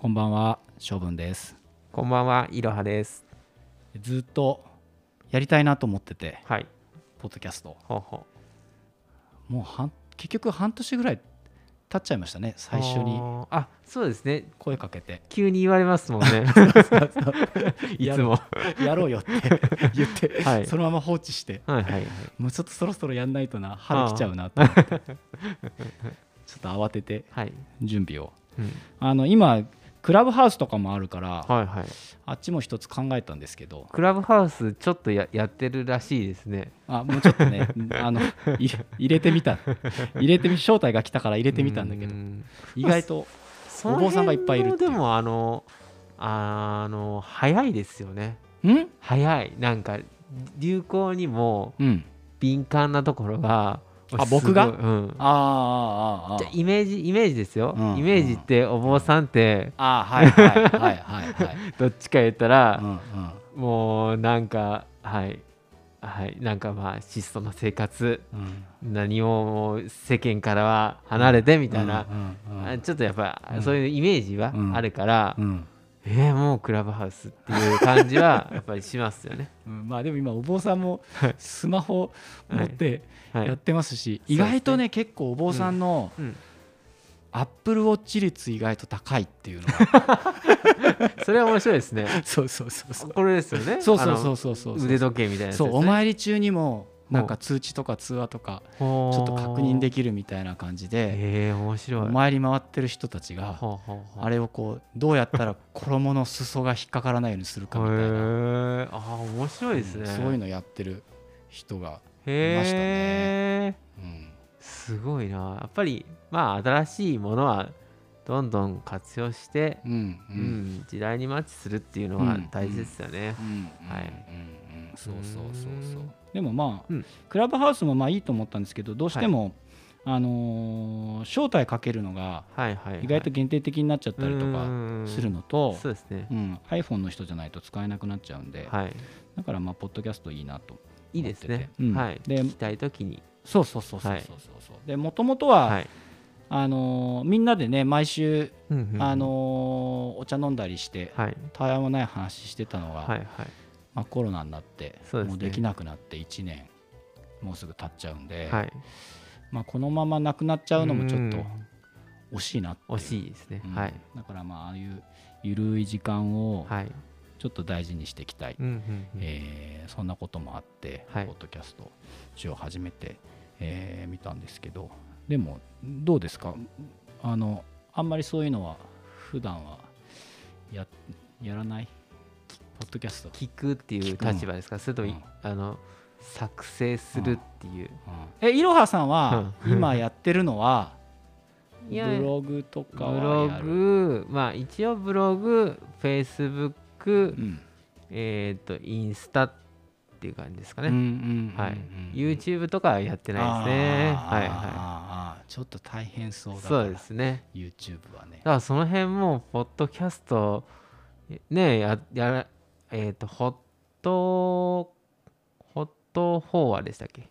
こんばんは、処分です。 こんばんは、いろはです。 ずっとやりたいなと思ってて、 はい。 ポッドキャスト。 ほうほもう結局半年ぐらい経っちゃいましたね、最初にあ、そうですね。 声かけて。 急に言われますもんね。いつもやろうよって言って、 はい、 そのまま放置して、 はいはいはい、 もうちょっとそろそろやんないとな、春来ちゃうなと思って、ちょっと慌てて準備を。今クラブハウスとかもあるから、 はいはい、 あっちも一つ考えたんですけど、 クラブハウスちょっと やってるらしいですね。 もうちょっとね入れてみた招待が来たから入れてみたんだけど、意外とお坊さんがいっぱいいるっていう。 でも早いですよね。早い。なんか流行にも敏感なところが、 僕が、 じゃイメージですよ、イメージってお坊さんって、どっちか言ったら、もうなんかなんかまあ質素な生活、何を世間からは離れてみたいな、ちょっとやっぱそういうイメージはあるから、もうクラブハウスっていう感じはやっぱりしますよね。 まあでも今お坊さんもスマホ持ってやってますし、意外とね結構お坊さんのアップルウォッチ率意外と高いっていうのがそれは面白いですね。 そうこれですよね。 そう腕時計みたいなやつですね。 お参り中にもなんか通知とか通話とかちょっと確認できるみたいな感じで、 面白い。 お参り回ってる人たちがあれをこうどうやったら衣の裾が引っかからないようにするかみたいな面白いですね。 そういうのやってる人がいましたね。 すごいな。やっぱりまあ新しいものはどんどん活用して、時代にマッチするっていうのが大事ですよね。 そうでもまあ、クラブハウスもまあいいと思ったんですけど、どうしても、招待かけるのが意外と限定的になっちゃったりとかするのと、iPhone の人じゃないと使えなくなっちゃうんで、だからまあポッドキャストいいなと思ってて。 いいですね。で聞きたいときに。 そうでもともとは、みんなでね毎週、お茶飲んだりして、たわいもない話してたのが、コロナになって、もうできなくなって1年もうすぐ経っちゃうんで、このままなくなっちゃうのもちょっと惜しいなって。 惜しいですね。 だからまあああいうゆるい時間をちょっと大事にしていきたい、そんなこともあって、ポッドキャストを始めて見たんですけど、でもどうですか、あんまりそういうのは普段は やらない？ポッドキャスト聞くっていう立場ですか？それとも、作成するっていう。 いろはさんは今やってるのはブログとかはやる？ ブログ、まあ一応ブログ、フェイスブック、インスタっていう感じですかね。YouTube とかはやってないですね。 ちょっと大変そうだから。 そうですね。 YouTube はね。 だからその辺もポッドキャストねホット法話でしたっけ？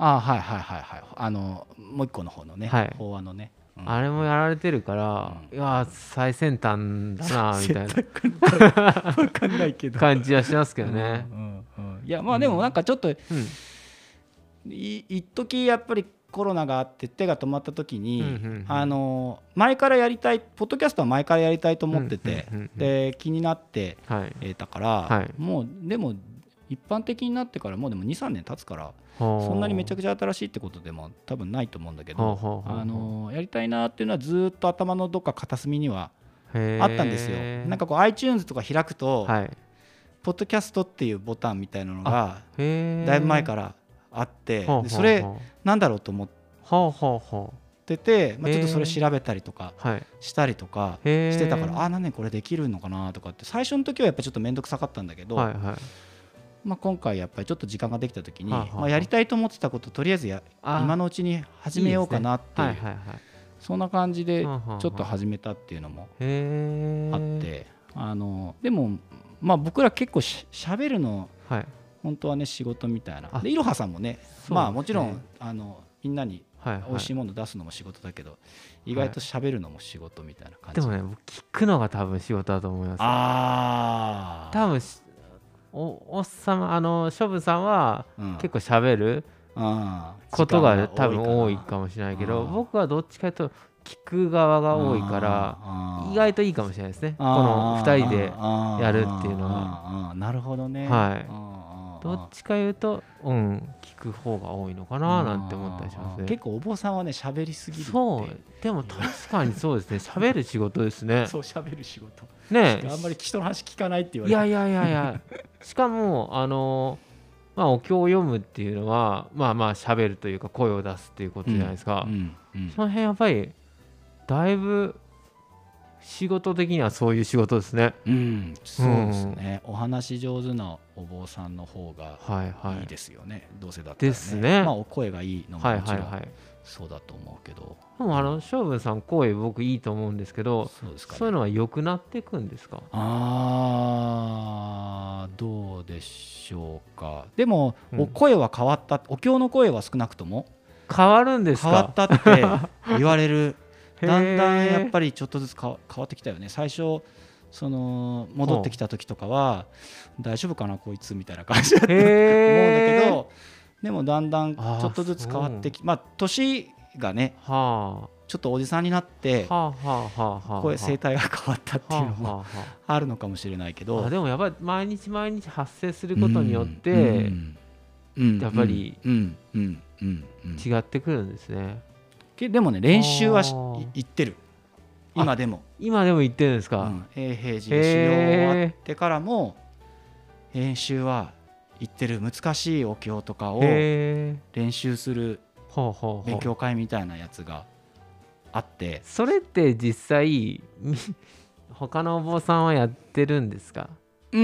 もう一個の方のね、法話のね。 あれもやられてるから、いや最先端だなみたいな分かんないけど感じはしますけどね。 いやまあでもなんかちょっと一時やっぱりコロナがあって手が止まった時に前からやりたいポッドキャストは前からやりたいと思ってて、で気になってたから、もうでも一般的になってからもうでも 2,3 年経つから、そんなにめちゃくちゃ新しいってことでも多分ないと思うんだけど、やりたいなっていうのはずっと頭のどっか片隅にはあったんですよ。なんかこう iTunes とか開くと、ポッドキャストっていうボタンみたいなのがだいぶ前からあって、それなんだろうと思ってて、ちょっとそれ調べたりとかしたりとかしてたから、何年これできるのかなとかって最初の時はやっぱりちょっと面倒くさかったんだけど、今回やっぱりちょっと時間ができた時にやりたいと思ってたこととりあえず今のうちに始めようかなっていう、そんな感じでちょっと始めたっていうのもあって、でも僕ら結構しゃべるの本当はね仕事みたいなで、いろはさんもねもちろんみんなに美味しいもの出すのも仕事だけど、意外と喋るのも仕事みたいな感じ、 でもね、僕聞くのが多分仕事だと思います。多分おっさん処分さんは結構喋ることが多分多いかもしれないけど、僕はどっちかというと聞く側が多いから意外といいかもしれないですね、この2人でやるっていうのは。 なるほどね。 どっちかいうと聞く方が多いのかななんて思ったりしますね。 結構お坊さんはね喋りすぎるって。 そうでも確かにそうですね、喋る仕事ですね。 そう喋る仕事ね、 あんまり人の話聞かないって言われる。 いやしかもお経を読むっていうのは喋るというか声を出すっていうことじゃないですか、その辺やっぱりだいぶ仕事的にはそういう仕事ですね。 そうですね、お話上手なお坊さんの方がいいですよね、どうせだったらね。ですね。お声がいいのももちろんそうだと思うけど、 でも勝負さん声僕いいと思うんですけど、そういうのは良くなっていくんですか？ どうでしょうか。でも、お声は変わった、お経の声は少なくとも変わるんですか？ 変わったって言われるだんだんやっぱりちょっとずつ変わってきたよね。最初戻ってきた時とかは大丈夫かなこいつみたいな感じだったと思うんだけど、でもだんだんちょっとずつ変わってき、年がねちょっとおじさんになって声声帯が変わったっていうのもあるのかもしれないけど、 でもやっぱり毎日毎日発生することによってやっぱり違ってくるんですね。 でもね練習は行ってる。今でも行ってるんですか？ 永平寺で修行終わってからも練習は行ってる。難しいお経とかを練習する勉強会みたいなやつがあって。 それって実際他のお坊さんはやってるんですか？ 少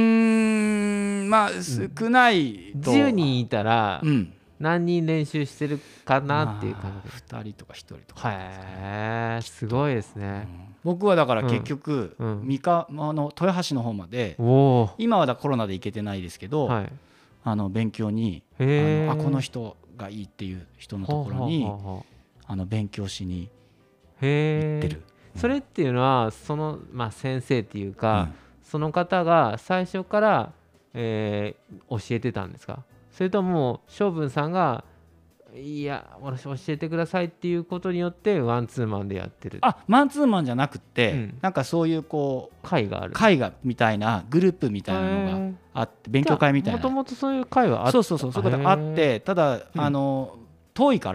ないと 10人いたら、何人練習してるかなっていう感じで、 2人とか1人とか。 すごいですね。 僕はだから結局豊橋の方まで、今はコロナで行けてないですけど、勉強にこの人がいいっていう人のところに勉強しに行ってる。 それっていうのは先生っていうか、その方が最初から、教えてたんですか？それとも勝文さんがいや私教えてくださいっていうことによってマンツーマンでやってる？ マンツーマンじゃなくて、なんかそういう会がある、 会がみたいなグループみたいなのがあって、勉強会みたいな。 もともとそういう会はあって、 そういうことがあって、ただ遠いから、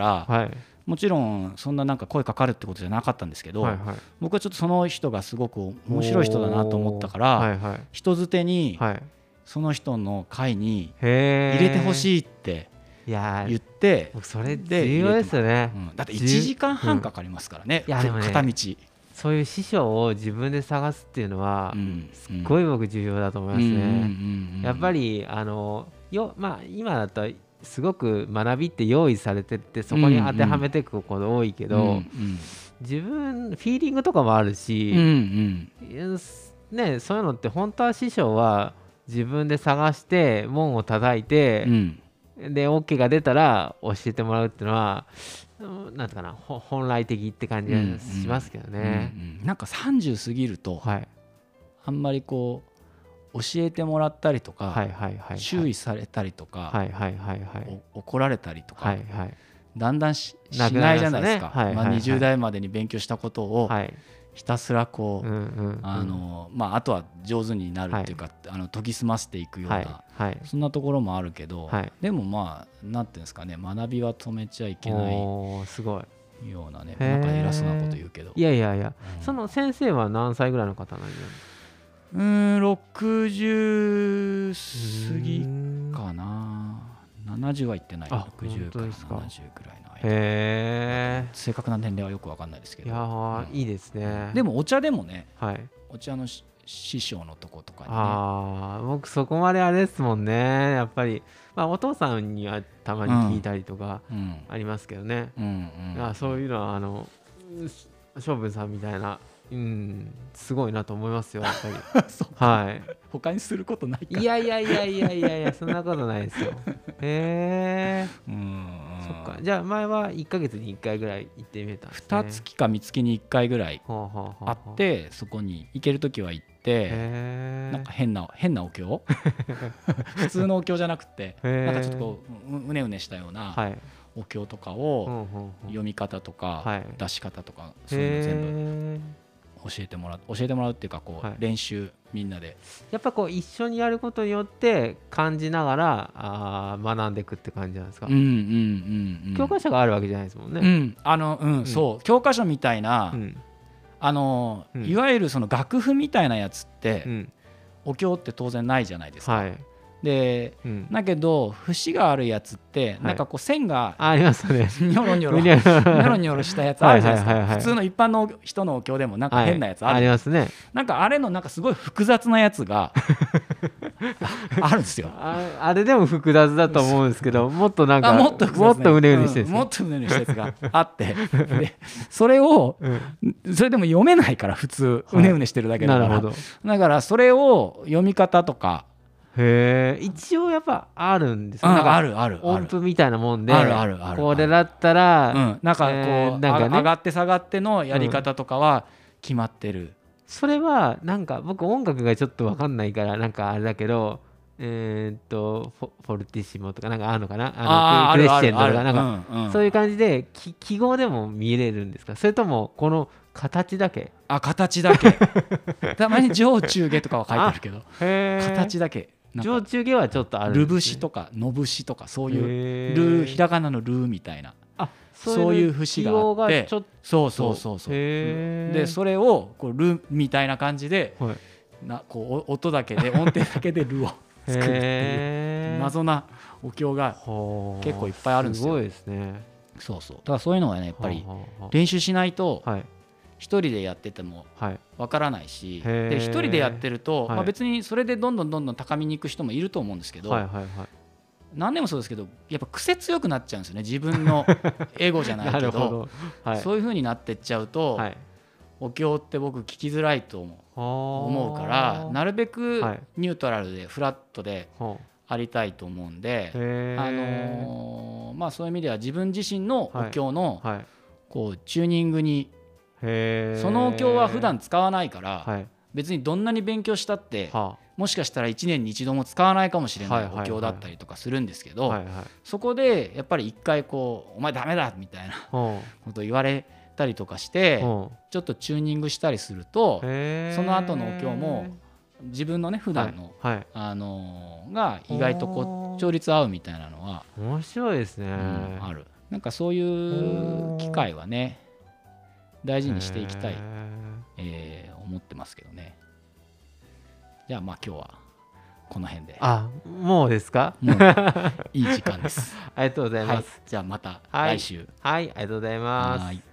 もちろんそんななんか声かかるってことじゃなかったんですけど、僕はちょっとその人がすごく面白い人だなと思ったから、人づてにその人の会に入れてほしいって言って、 それ重要ですよね。 だって1時間半かかりますからね、片道。 そういう師匠を自分で探すっていうのはすっごい僕重要だと思いますね。やっぱり今だとすごく学びって用意されてて、そこに当てはめていくこと多いけど、自分フィーリングとかもあるし、そういうのって本当は師匠は自分で探して門を叩いて、で OK が出たら教えてもらうっていうのはなんていうかな、本来的って感じがしますけどね。 なんか30過ぎると、あんまり教えてもらったりとか、注意されたりとか、怒られたりとか、だんだんしないじゃないですか。20代までに勉強したことをひたすらあとは上手になるっていうか、研ぎ澄ませていくような、そんなところもあるけど、でもなんていうんですかね、学びは止めちゃいけないようなね、なんか偉そうなこと言うけど、 いや、その先生は何歳ぐらいの方なんですか ？60過ぎかな。70は行ってない。60から70ぐらいの間。正確な年齢はよく分かんないですけど。 いいですね。 でもお茶でもね、お茶の師匠のとことかにね、僕そこまであれですもんね。やっぱりお父さんにはたまに聞いたりとかありますけどね。そういうのは勝負さんみたいな、すごいなと思いますよ、やっぱり。 他にすることないか。 いやそんなことないですよ。 そっか。じゃあ前は1ヶ月に1回ぐらい行ってみたんですね。 2月か3月に1回ぐらいあって、そこに行けるときは行って、なんか変なお経普通のお経じゃなくて、なんかちょっとこううねうねしたようなお経とかを読み方とか出し方とか、そういうの全部教えてもらうっていうか、こう練習みんなでやっぱこう一緒にやることによって感じながら学んでいくって感じなんですか。教科書があるわけじゃないですもんね。 そう教科書みたいな、いわゆるその楽譜みたいなやつって、お経って当然ないじゃないですか。で、だけど節があるやつってなんかこう線がありますね。 ニョロニョロしたやつあるじゃないですか。普通の一般の人のお経でもなんか変なやつある、 ありますね。 なんかあれのなんかすごい複雑なやつがあるんですよ。 あれでも複雑だと思うんですけど、もっとなんかもっとうねうねしてる、 もっとうねうねしたやつがあってでそれでも読めないから、普通うねうねしてるだけだから、だからそれを読み方とか一応やっぱあるんですか。ある音符みたいなもんで、 あるこれだったら、 なんかこう、上がって下がってのやり方とかは決まってる。 それはなんか僕音楽がちょっと分かんないからなんかあれだけど、フォルティシモとかなんかあるのかな、クレッシェンドとかなんかそういう感じで記号でも見れるんですか。それともこの形だけ。 形だけたまに上中下とかは書いてるけど形だけ。 上中下はちょっとあるんですね。 ル節とかノ節とかそういうひらがなのルみたいな、そういう節があって、そうでそれをこうルみたいな感じで、こう音だけで音程だけでルを作るっていう謎なお経が結構いっぱいあるんですよ。 すごいですね。 だからそういうのはねやっぱり練習しないと一人でやっててもわからないし、で一人でやってると、別にそれでどんどん高みに行く人もいると思うんですけど、何でもそうですけどやっぱ癖強くなっちゃうんですよね、自分のエゴじゃないけどそういう風になってっちゃうと、お経って僕聞きづらいと思うから、なるべくニュートラルでフラットでありたいと思うんで、そういう意味では自分自身のお経のこうチューニングに、そのお経は普段使わないから、別にどんなに勉強したって、もしかしたら1年に1度も使わないかもしれないお経だったりとかするんですけど、そこでやっぱり一回こうお前ダメだみたいなこと言われたりとかして、ちょっとチューニングしたりすると、その後のお経も自分のね普段の、が意外とこう調律合うみたいなのは面白いですね。 ある。なんかそういう機会はね大事にしていきたい、思ってますけどね。じゃあ今日はこの辺で。 もうですか。 もういい時間です。 ありがとうございます。 じゃあまた来週。 ありがとうございます。